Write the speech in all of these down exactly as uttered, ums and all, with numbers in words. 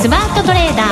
スマートトレーダ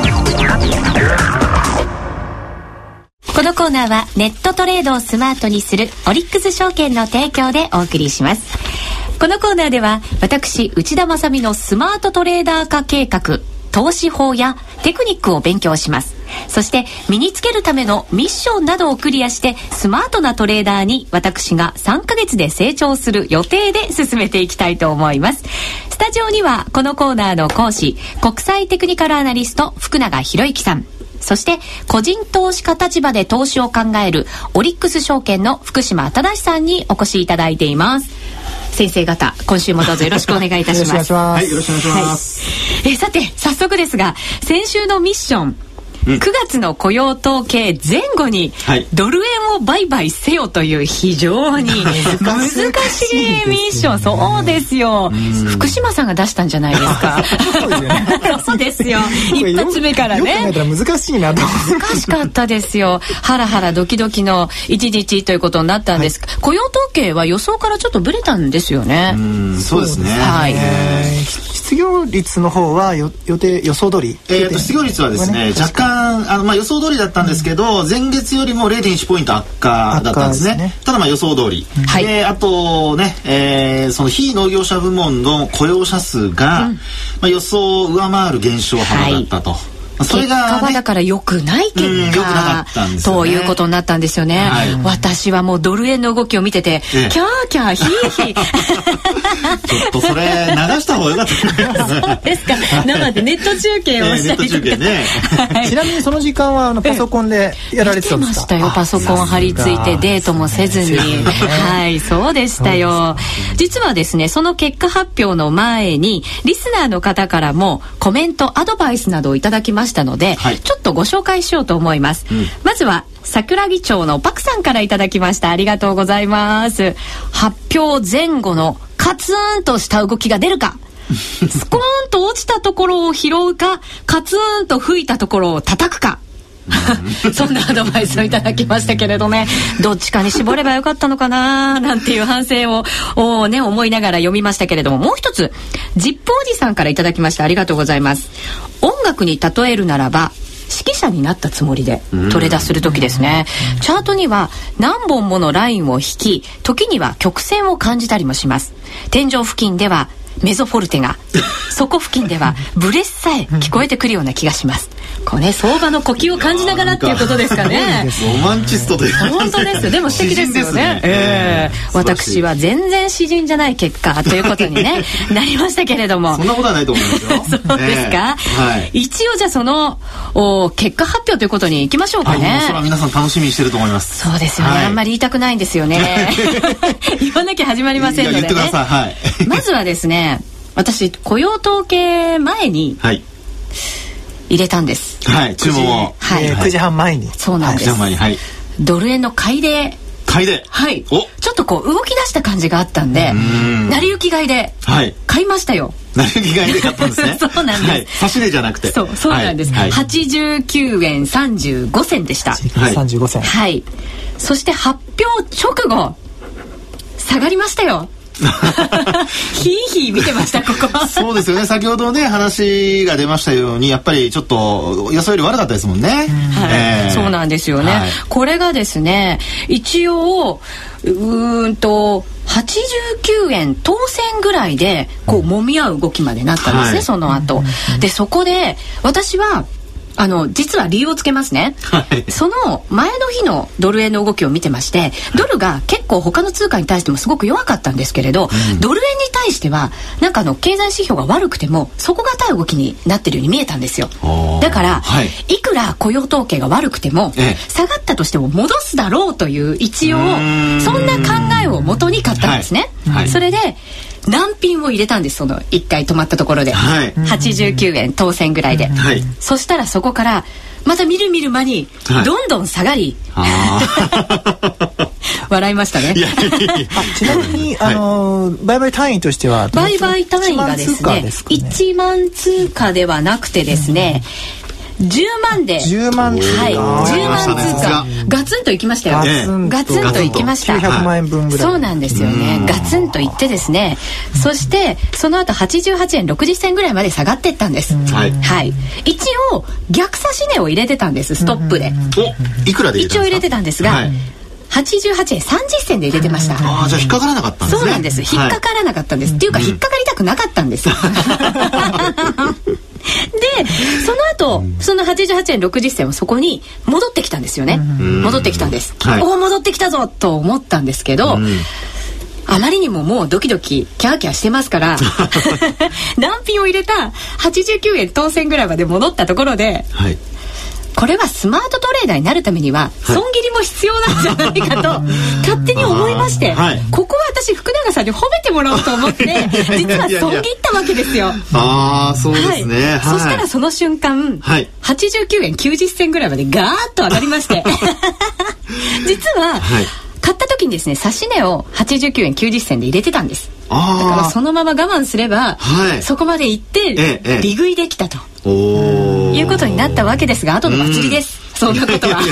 ー。このコーナーはネットトレードをスマートにするオリックス証券の提供でお送りします。このコーナーでは私内田まさみのスマートトレーダー化計画、投資法やテクニックを勉強します。そして身につけるためのミッションなどをクリアしてスマートなトレーダーに私がさんかげつで成長する予定で進めていきたいと思います。スタジオにはこのコーナーの講師、国際テクニカルアナリスト福永博之さん、そして個人投資家立場で投資を考えるオリックス証券の福島正さんにお越しいただいています。先生方、今週もどうぞよろしくお願いいたします。 はい、よろしくお願いします。 はい、えさて早速ですが、先週のミッション、うん、くがつの雇用統計前後に、はい、ドル円を売買せよという非常に難しいミッション。そうですよ、福島さんが出したんじゃないですか。そうですよね。そうですよ、一発目からね。 よく考えたら難しいなと。 難しかったですよ。ハラハラドキドキの一日ということになったんです、はい、雇用統計は予想からちょっとブレたんですよね。 うん、そうですね。 はい、 えー、失業率の方はよ予定予想通り、 えー、と失業率はですね、若干あの、まあ、予想通りだったんですけど、うん、前月よりも れいてんいち ポイント悪化だったんですね。ですね、ただまあ予想通り、はい、であとね、えー、その非農業者部門の雇用者数が、うん、まあ、予想を上回る減少幅だったと、はい、それが、ね、 結果はだから良くない結果、うん、良くなかったんですよね、ということになったんですよね、はい、私はもうドル円の動きを見てて、ええ、キャーキャーヒーヒーちょっとそれ流した方が良かったそうですか、生でネット中継をしたりとか、ええ、ねはい、ちなみにその時間はあのパソコンでやられてたんですか？ 見てましたよ、パソコン張り付いてデートもせずに、はい、そうでしたよ。実はですね、その結果発表の前にリスナーの方からもコメント、アドバイスなどをいただきましたので、はい、ちょっとご紹介しようと思います、うん、まずは桜木町のパクさんからいただきました。ありがとうございます。発表前後のカツンとした動きが出るかスコーンと落ちたところを拾うか、カツンと吹いたところを叩くかそんなアドバイスをいただきましたけれどね、どっちかに絞ればよかったのかななんていう反省をお、ね、思いながら読みましたけれども、もう一つジップおじさんからいただきました。ありがとうございます。音楽に例えるならば指揮者になったつもりでトレーダーする時ですね。チャートには何本ものラインを引き、時には曲線を感じたりもします。天井付近ではメゾフォルテが、底付近ではブレスさえ聞こえてくるような気がします。これね、相場の呼吸を感じながらっていうことですかね。 ロマンチストという本当ですよ。でも素敵ですよね。えー、私は全然詩人じゃない結果ということに、ね、なりましたけれども、 そんなことはないと思いますよ。 そうですか、えーはい、一応じゃあそのお結果発表ということにいきましょうかね。 はい、それは皆さん楽しみにしてると思います。 そうですよね、はい、あんまり言いたくないんですよね言わなきゃ始まりませんのでね。 言ってください、はい、 まずはですね、私雇用統計前に入れたんです、 はい、注文を、 はい、 えー、くじはんまえに。 そうなんです、 はいはい、 ドル円の買いで買いで、 はい、おちょっとこう動き出した感じがあったんで、成り行き買いで買いましたよ。 成り行き買いで買ったんですねそうなんです、はい、 差し値じゃなくて、 そうそうなんです、はい、はちじゅうきゅうえんさんじゅうごせんでした。 さんじゅうごせん、 はい、そして発表直後下がりましたよヒーヒー見てましたここそうですよね、先ほどね話が出ましたように、やっぱりちょっと予想より悪かったですもんね。はい、 えー、そうなんですよね、はい、これがですね、一応うーんとはちじゅうきゅうえん当選ぐらいでこう揉み合う動きまでなったんですね、はい、その後で、そこで私はあの実は理由をつけますね、はい、その前の日のドル円の動きを見てまして、ドルが結構他の通貨に対してもすごく弱かったんですけれど、うん、ドル円に対してはなんかあの経済指標が悪くても底堅い動きになってるように見えたんですよ。だから、はい、いくら雇用統計が悪くても、ええ、下がったとしても戻すだろうという一応そんな考えを元に買ったんですね、はいはい、それで難品を入れたんです。そのいっかい止まったところで、はい、はちじゅうきゅうえん当選ぐらいで、はい、そしたらそこからまた見る見る間にどんどん下がり、はい、笑いましたね。いやいやいやあちなみに、あのー、売買単位としては売買単位がですねいちまん通貨ではなくてですね、 じゅうまんでじゅうまん通貨、 はい、じゅうまん通貨ガツンといきましたよ。ガツンといきました。 きゅうひゃくまんえんぶんぐらい。 そうなんですよね。ガツンといってですね、そしてその後はちじゅうはちえんろくじゅっせんぐらいまで下がっていったんです。はい、はい、一応逆差し値を入れてたんです。ストップでおいくらで入れたんですか？ 一応入れてたんですが、はい、はちじゅうはちえんさんじゅっせんで入れてました。 ああ、じゃあ引っかからなかったんですね。 そうなんです。引っかからなかったんです、はい、っていうか引っかかりたくなかったんです、うん、でその後そのはちじゅうはちえんろくじゅっせんはそこに戻ってきたんですよね。戻ってきたんです、はい、おお戻ってきたぞと思ったんですけど、あまりにももうドキドキキャーキャーしてますから難品を入れたはちじゅうきゅうえん当選ぐらいまで戻ったところで、はい、これはスマートトレーダーになるためには損切りも必要なんじゃないかと勝手に思いまして、はい、ここは私福永さんに褒めてもらおうと思って実は損切ったわけですよ。 ああ、そうですね、はいはい、 そしたらその瞬間、はい、はちじゅうきゅうえんきゅうじゅっせんぐらいまでガーッと上がりまして実は、はい、買った時にですね差し値をはちじゅうきゅうえんきゅうじゅっせんで入れてたんです。だからそのまま我慢すれば、はい、そこまで行って利食いできたと、おいうことになったわけですが、後の祭りです、うん、そんなことは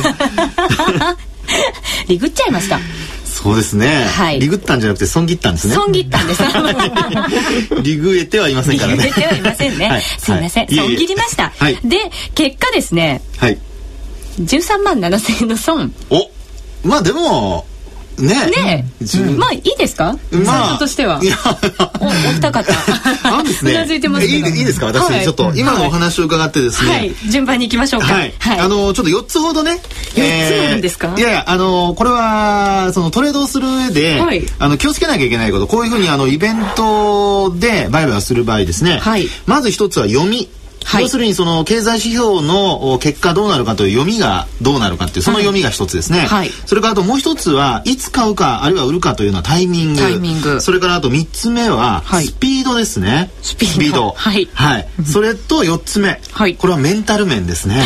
利食っちゃいました。 そうですね、はい、利食ったんじゃなくて損切ったんですね。 損切ったんです利食えてはいませんからね。 利食えてはいませんね、はい、すいません、はい、損切りました、はい、で結果ですね、はい、じゅうさんまんななせんえんの損。 お、まあでもねねえ、うん、まあいいですか、まあ、としてはお, お二方あですね、うなずいてますけどいいですか、私、はい、ちょっと今のお話を伺ってですね、はい、 順番に行きましょうか、 はいはい、あのちょっとよっつほどね、よっつなんですか、 えー、いやいや、あのこれはそのトレードをする上で、はい、あの気をつけなきゃいけないこと、こういうふうにあのイベントで売買をする場合ですね、はい、まず一つは読み、はい、要するにその経済指標の結果どうなるかという読みがどうなるかっていうその読みが一つですね、はい、それからあともう一つはいつ買うかあるいは売るかというのはタイミング、タイミング、それからあと三つ目はスピードですね、はい、スピード、スピード、はい、はい、それと四つ目、はい、これはメンタル面ですね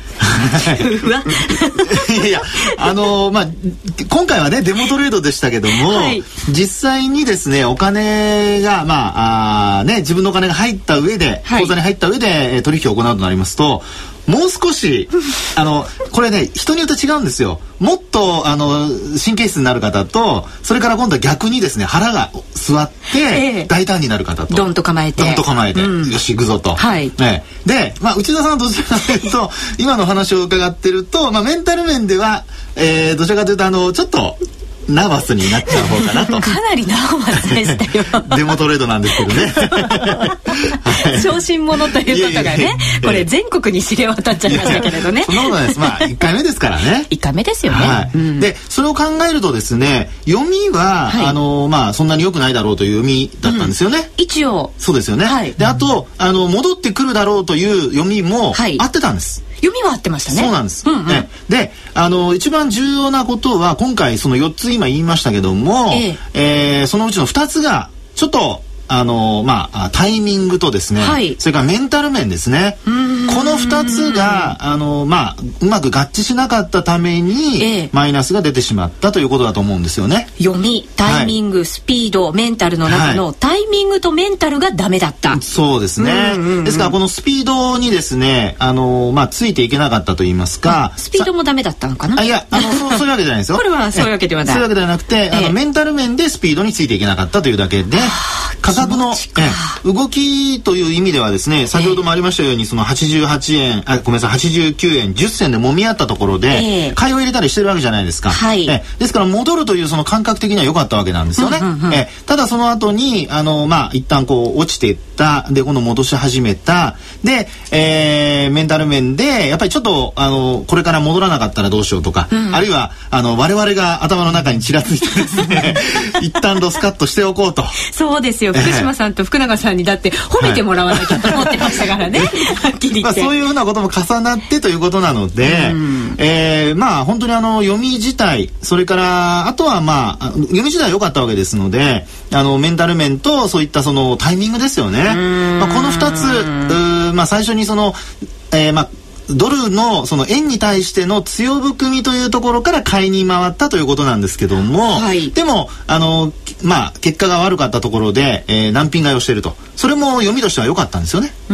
いやいや、あのー、まあ今回はねデモトレードでしたけども、はい、実際にですねお金がまあ、あね自分のお金が入った上で、はい、口座に入った上で取引を行うとなりますと、もう少しあのこれね人によって違うんですよ。もっとあの神経質になる方と、それから今度は逆にですね腹が座って大胆になる方と、えー、 ドンと構えてドンと構えて、うん、よし行くぞと、はいね、で、まあ、内田さんはどちらかというと今の話を伺ってると、まあ、メンタル面では、えー、どちらかというとあのちょっとナーバスになっちゃう方かなとかなりナーバスでしたよデモトレードなんですけどね小心者ということがね、これ全国に知れ渡っちゃいましたけれどね。 そんなことないです。まあいっかいめですからね。 いっかいめですよね、はい、うん、でそれを考えるとですね、読みは、はい、あのまあそんなに良くないだろうという読みだったんですよね、うん、 一応そうですよね、はい、であとあの戻ってくるだろうという読みも合ってたんです、はい、 読みは合ってましたね。 そうなんです、うんうん、ね、であの一番重要なことは今回そのよっつ今言いましたけども、えーえー、そのうちのふたつがちょっとあのまあタイミングとですね、はい、それからメンタル面ですね、このふたつがあのまあうまく合致しなかったために、えー、マイナスが出てしまったということだと思うんですよね。 読み、タイミング、はい、スピード、メンタルの中の、はい、タイミングとメンタルがダメだった。 そうですね、うんうんうん、ですからこのスピードにですねあのまあついていけなかったと言いますか、 スピードもダメだったのかな。 あいやあのそうそういうわけじゃないですよこれはそういうわけではない、 そういうわけではなくて、えー、あのメンタル面でスピードについていけなかったというだけで、価格の動きという意味ではですね、先ほどもありましたようにそのはちじゅうはちえんあごめんなさいはちじゅうきゅうえんじゅっせんで揉み合ったところで、えー、買いを入れたりしてるわけじゃないですか、はい、えですから戻るというその感覚的には良かったわけなんですよね、うんうんうん、えただその後にあのまあ一旦こう落ちていったで今度戻し始めたで、えー、メンタル面でやっぱりちょっとあのこれから戻らなかったらどうしようとか、うん、あるいはあの我々が頭の中にちらついてですね一旦ロスカットしておこうと。 そうですよ、福島さんと福永さんにだって褒めてもらわなきゃと思ってましたからね、はっきり言って、 まあ、そういうふうなことも重なってということなので、うん、えー、まあ本当にあの読み自体、それからあとはまあ読み自体良かったわけですので、あのメンタル面とそういったそのタイミングですよね、まあ、このふたつ、まあ、最初にその、えー、まあドルのその円に対しての強含みというところから買いに回ったということなんですけども、はい、でもあのまあ結果が悪かったところで、えー、難品買いをしていると、それも読みとしては良かったんですよね、うん、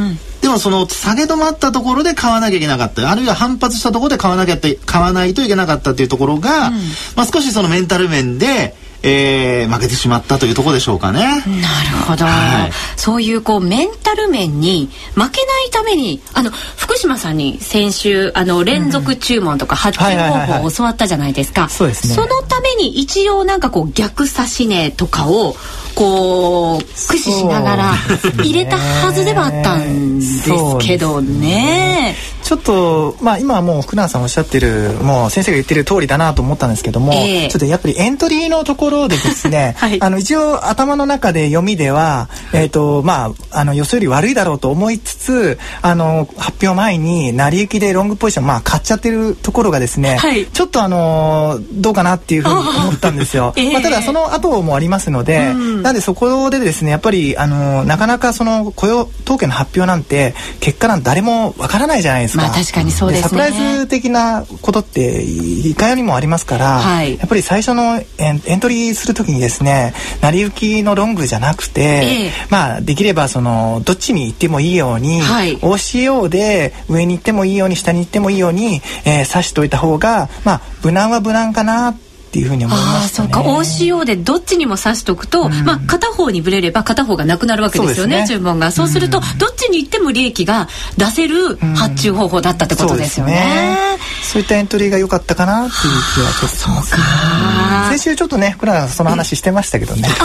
でもその下げ止まったところで買わなきゃいけなかった、あるいは反発したところで買わなきゃって買わないといけなかったっていうところが、うん、まあ、少しそのメンタル面でえー、負けてしまったというところでしょうかね。なるほど、はい、そういうこうメンタル面に負けないために、あの福島さんに先週あの連続注文とか発注方法を教わったじゃないですか。そのために一応なんかこう逆差し値とかをこう駆使しながら入れたはずではあったんですけどね。 ちょっとまあ今はもう福永さんおっしゃってる、もう先生が言ってる通りだなと思ったんですけども、えー、ちょっとやっぱりエントリーのところでですね、はい、あの一応頭の中で読みでは、えーとまあ、あの予想より悪いだろうと思いつつ、あの発表前に成り行きでロングポジション、まあ、買っちゃってるところがですね、はい、ちょっとあのどうかなっていうふうに思ったんですよ。えーまあ、ただその後もありますので、うん、なんでそこでですねやっぱりあのなかなかその雇用統計の発表なんて結果なんて誰もわからないじゃないですか。 まあ確かにそうですね。 サプライズ的なことっていかようにもありますから、はい、やっぱり最初のエン、エントリーするときにですね、成り行きのロングじゃなくて、えー、まあできればそのどっちに行ってもいいように、はい、オーシーオー で上に行ってもいいように下に行ってもいいように、えー、指しといた方がまあ無難は無難かなっていうふうに思いましたね。 あ、そうか、 オーシーオー でどっちにも指しとくと、うん、まあ、片方にブレれば片方がなくなるわけですよね、注文が。そうすると、うん、どっちに行っても利益が出せる発注方法だったってことですよね。 うん、そうですね。そういったエントリーが良かったかなっていう気はちょっとしますね。うん、先週ちょっとね福永さんその話してましたけどね。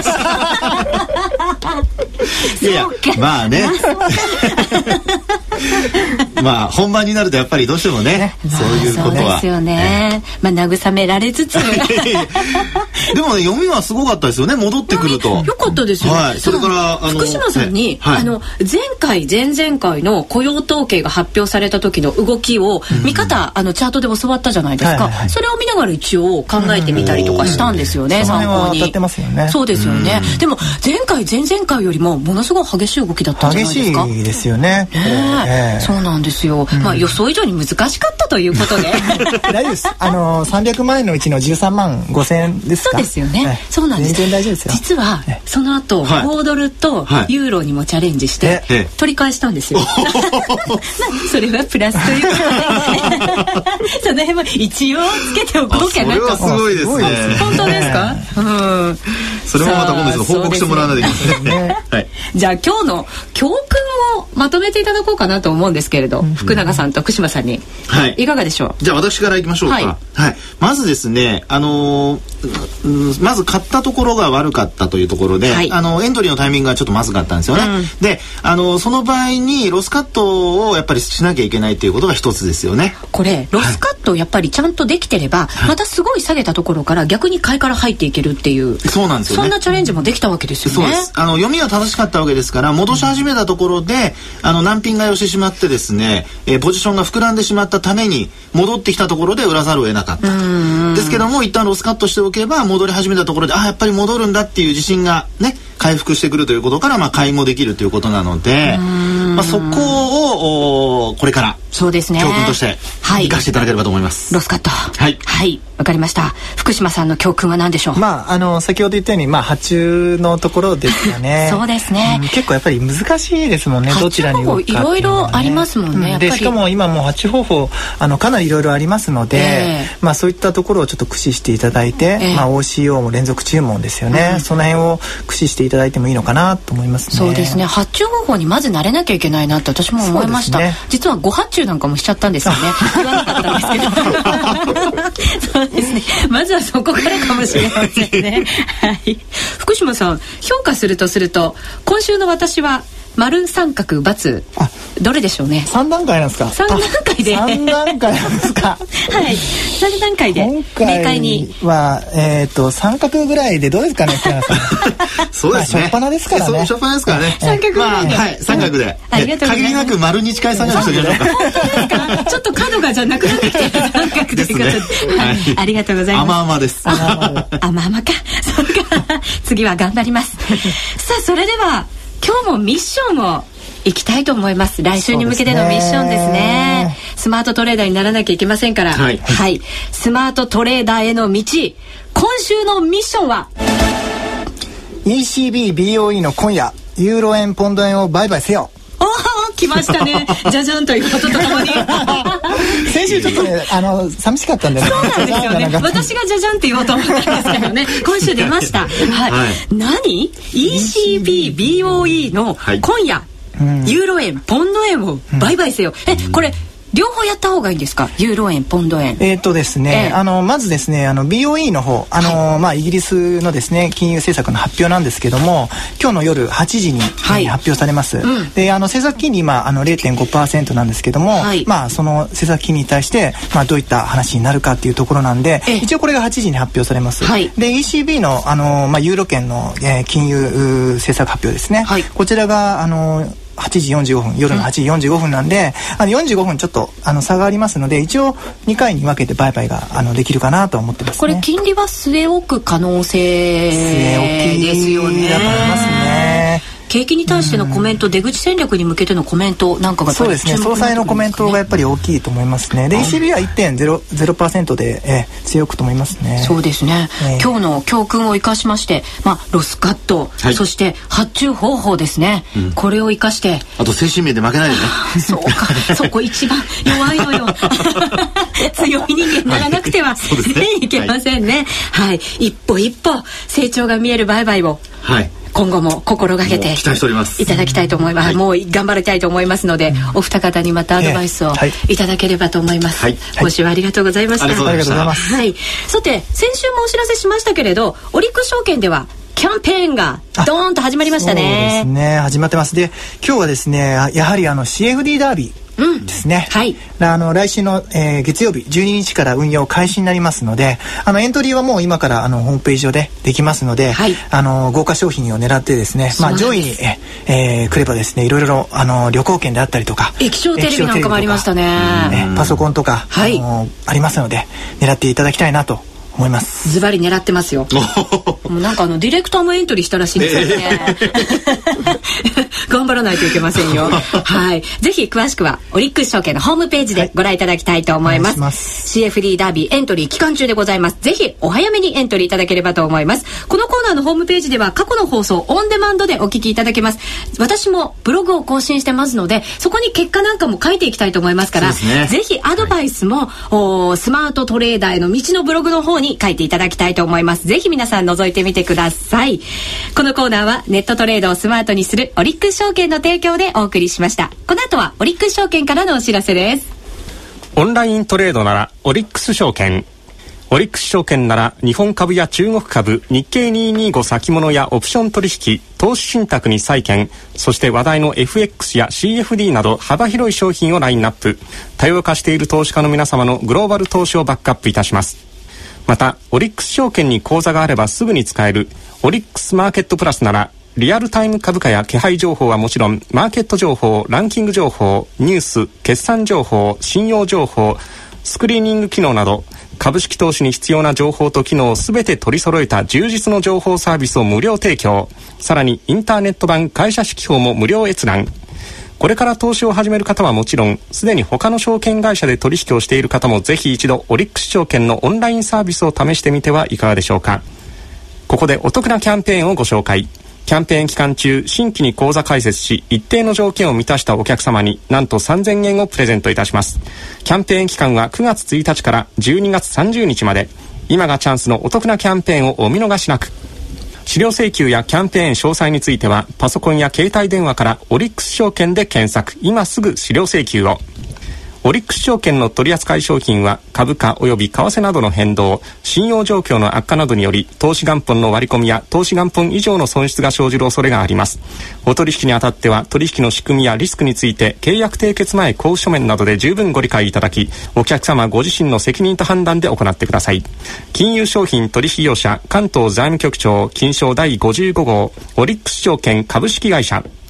いやいやまあねまあ本番になるとやっぱりどうしてもね、そういうことは、 そうですよね。まあ慰められつつでもね読みはすごかったですよね、戻ってくると。 よかったですよ、 はい、それからあの福島さんに、はい、あの前回前々回の雇用統計が発表された時の動きを見方、うん、あのチャートで教わったじゃないですか、はいはいはい、それを見ながら一応考えてみたりとかしたんですよね、うん、参考に。 当たってますよね。 そうですよね、うん、でも前回前々回よりもものすごい激しい動きだったんじゃないですか。 激しいですよね、 えー、そうなんですよ、うん、まあ予想以上に難しかったということで大丈夫です。あのさんびゃくまんえんのうちのじゅうさんまんごせんえんですか。 そうですよね、えー、そうなんです。 全然大丈夫ですよ。 実はその後、はい、ごドルとユーロにもチャレンジして、はい、取り返したんですよ、それはプラスということでその辺も一応つけておこうかなと。 それはすごいですね。 本当ですか、うん、 それもまた今度報告してもらわないといけないですね。はい、じゃあ今日の教訓をまとめていただこうかなと思うんですけれど、うん、福永さんと福島さんに、はい、いかがでしょう。 じゃあ私からいきましょうか。はい、はい、まずですね、あのー、まず買ったところが悪かったというところで、はい、あのエントリーのタイミングがちょっとまずかったんですよね、うん、で、あのその場合にロスカットをやっぱりしなきゃいけないということが一つですよね。 これロスカットやっぱりちゃんとできてれば、はい、またすごい下げたところから逆に買いから入っていけるっていう、 そうなんですよね。 そんなチャレンジもできたわけですよね。 そうです。あの読みは正しかったわけですから、戻し始めたところで、うん、あの難品買いをしてしまってですね、えー、ポジションが膨らんでしまったために戻ってきたところで売らざるを得なかったですけども、一旦ロスカットしておけば戻り始めたところで、あ、やっぱり戻るんだっていう自信がね回復してくるということから、まあ、買いもできるということなので、まあ、そこをこれから教訓として生かしていただければと思います。 ロスカット、はいはい、わかりました。福島さんの教訓は何でしょう。 まあ、あの先ほど言ったように、まあ、発注のところですよね。 そうですね、 うん、結構やっぱり難しいですもんね。どちらに動くかっていうのはね、 いろいろありますもんね、うん、 でしかも今もう発注方法あのかなりいろいろありますので、えーまあ、そういったところをちょっと駆使していただいて、えーまあ、オーシーオー も連続注文ですよね、うん、その辺を駆使していただいてもいいのかなと思いますね。 そうですね、発注方法にまず慣れなきゃいけないなって私も思いました、ね、実はご発注なんかもしちゃったんですよね言わなかったんですけどそうですね、まずはそこからかもしれませんねはい、福島さん、評価するとすると今週の私は丸三角×どれでしょうね。 さん段階なんですか。 さん段階でさん段階なんですかはいさん段階で明快にはえっ、ー、と三角ぐらいでどうですかねそうですね、 まあ、初っ端ですからね。 初っ端ですからね。 三角ぐらいで、 まあ、はい、三角で、うん、 ありがとうございます。 限りなく丸に近い三角してみましょうか。 本当ですかちょっと角がじゃなくなってきて三角ということで、ね、はい、ありがとうございます。 甘々です。 甘々かそうか次は頑張りますさあ、それでは今日もミッションを行きたいと思います。来週に向けてのミッションですね。スマートトレーダーにならなきゃいけませんから、はい、はい、スマートトレーダーへの道、今週のミッションは イーシービー ビーオーイー の今夜ユーロ円ポンド円を売買せよ。 おー、 来ましたね。じゃじゃんということとともに先週ちょっとねあの寂しかったんでね。 そうなんですよね。私がじゃじゃんって言おうと思ったんですけどね、今週出ました。はい、はい、何 イーシービービーオーイー の今夜、はい、ユーロ円ポンド円を売買せよ、うん、えこれ両方やった方がいいんですか？ユーロ円ポンド円。 えー、っとですね、えー、あのまずですねあの ビーオーイー の方あの、はい、まあイギリスのですね金融政策の発表なんですけども、今日の夜はちじに、はい、発表されます。うん、であの政策金利今あの れいてんごパーセント なんですけども、はい、まあその政策金利に対してまあどういった話になるかっていうところなんで、えー、一応これがはちじに発表されます。はい、で イーシービー のあのまあユーロ圏の、えー、金融政策発表ですね。はい、こちらがあのはちじよんじゅうごふん夜のはちじよんじゅうごふんなんで、うん、あのよんじゅうごふんちょっとあの差がありますので一応にかいに分けて売買があのできるかなと思ってますね。 これ金利は据え置く可能性ですよね。 だと思いますね。 景気に対してのコメント、出口戦略に向けてのコメントなんかがそうですね、総裁のコメントがやっぱり大きいと思いますね。で イーシービー は いってんゼロパーセント で、えー、強くと思いますね。 そうですね、えー、今日の教訓を生かしまして、まあ、ロスカット、はい、そして発注方法ですね、うん、これを生かしてあと精神面で負けないでねそうかそこ一番弱いのよ強い人間にならなくては、はいね、いけませんね、はいはい、一歩一歩成長が見える売買を、はい今後も心がけていただきたいと思います、はい、もう頑張りたいと思いますので、お二方にまたアドバイスをいただければと思います、はい、今週はありがとうございました。 ありがとうございます、 はい、さて先週もお知らせしましたけれど、オリックス証券ではキャンペーンがドーンと始まりましたね。 そうですね、始まってます。で今日はですねやはりあの シーエフディー ダービーですね、うんはい、あの来週の、えー、月曜日じゅうににちから運用開始になりますので、あのエントリーはもう今からあのホームページ上でできますので、はい、あの豪華商品を狙ってですね、まあ、上位にえ、えー、来ればですねいろいろあの旅行券であったりとか液晶テレビなんかもありましたね、 えパソコンとか、はい、あのありますので狙っていただきたいなと思います。 ズバリ狙ってますよもうなんかあのディレクターもエントリーしたらしいんですよね、えー、頑張らないといけませんよはい、ぜひ詳しくはオリックス証券のホームページでご覧いただきたいと思います、はい、シーエフディー ダービーエントリー期間中でございます。ぜひお早めにエントリーいただければと思います。このコーナーのホームページでは過去の放送オンデマンドでお聞きいただけます。私もブログを更新してますので、そこに結果なんかも書いていきたいと思いますから、ね、ぜひアドバイスも、はい、スマートトレーダーへの道のブログの方に書いていただきたいと思います。ぜひ皆さん覗いてみてください。このコーナーはネットトレードをスマートにするオリックス証券の提供でお送りしました。この後はオリックス証券からのお知らせです。 オンライントレードならオリックス証券、オリックス証券なら日本株や中国株、日経にひゃくにじゅうご先物やオプション取引、投資信託に債券、そして話題の エフエックス や シーエフディー など幅広い商品をラインナップ。多様化している投資家の皆様のグローバル投資をバックアップいたします。またオリックス証券に口座があればすぐに使えるオリックスマーケットプラスなら、リアルタイム株価や気配情報はもちろん、マーケット情報、ランキング情報、ニュース、決算情報、信用情報、スクリーニング機能など株式投資に必要な情報と機能をすべて取り揃えた充実の情報サービスを無料提供。さらにインターネット版会社指揮法も無料閲覧。これから投資を始める方はもちろん、すでに他の証券会社で取引をしている方もぜひ一度オリックス証券のオンラインサービスを試してみてはいかがでしょうか。ここでお得なキャンペーンをご紹介。キャンペーン期間中、新規に口座開設し一定の条件を満たしたお客様になんとさんぜんえんをプレゼントいたします。キャンペーン期間はくがつついたちからじゅうにがつさんじゅうにちまで。今がチャンスのお得なキャンペーンをお見逃しなく。資料請求やキャンペーン詳細についてはパソコンや携帯電話からオリックス証券で検索。今すぐ資料請求を。オリックス証券の取扱い商品は株価及び為替などの変動、信用状況の悪化などにより投資元本の割り込みや投資元本以上の損失が生じる恐れがあります。お取引にあたっては取引の仕組みやリスクについて契約締結前交付書面などで十分ご理解いただき、お客様ご自身の責任と判断で行ってください。金融商品取引業者関東財務局長金商だいごじゅうごごうオリックス証券株式会社。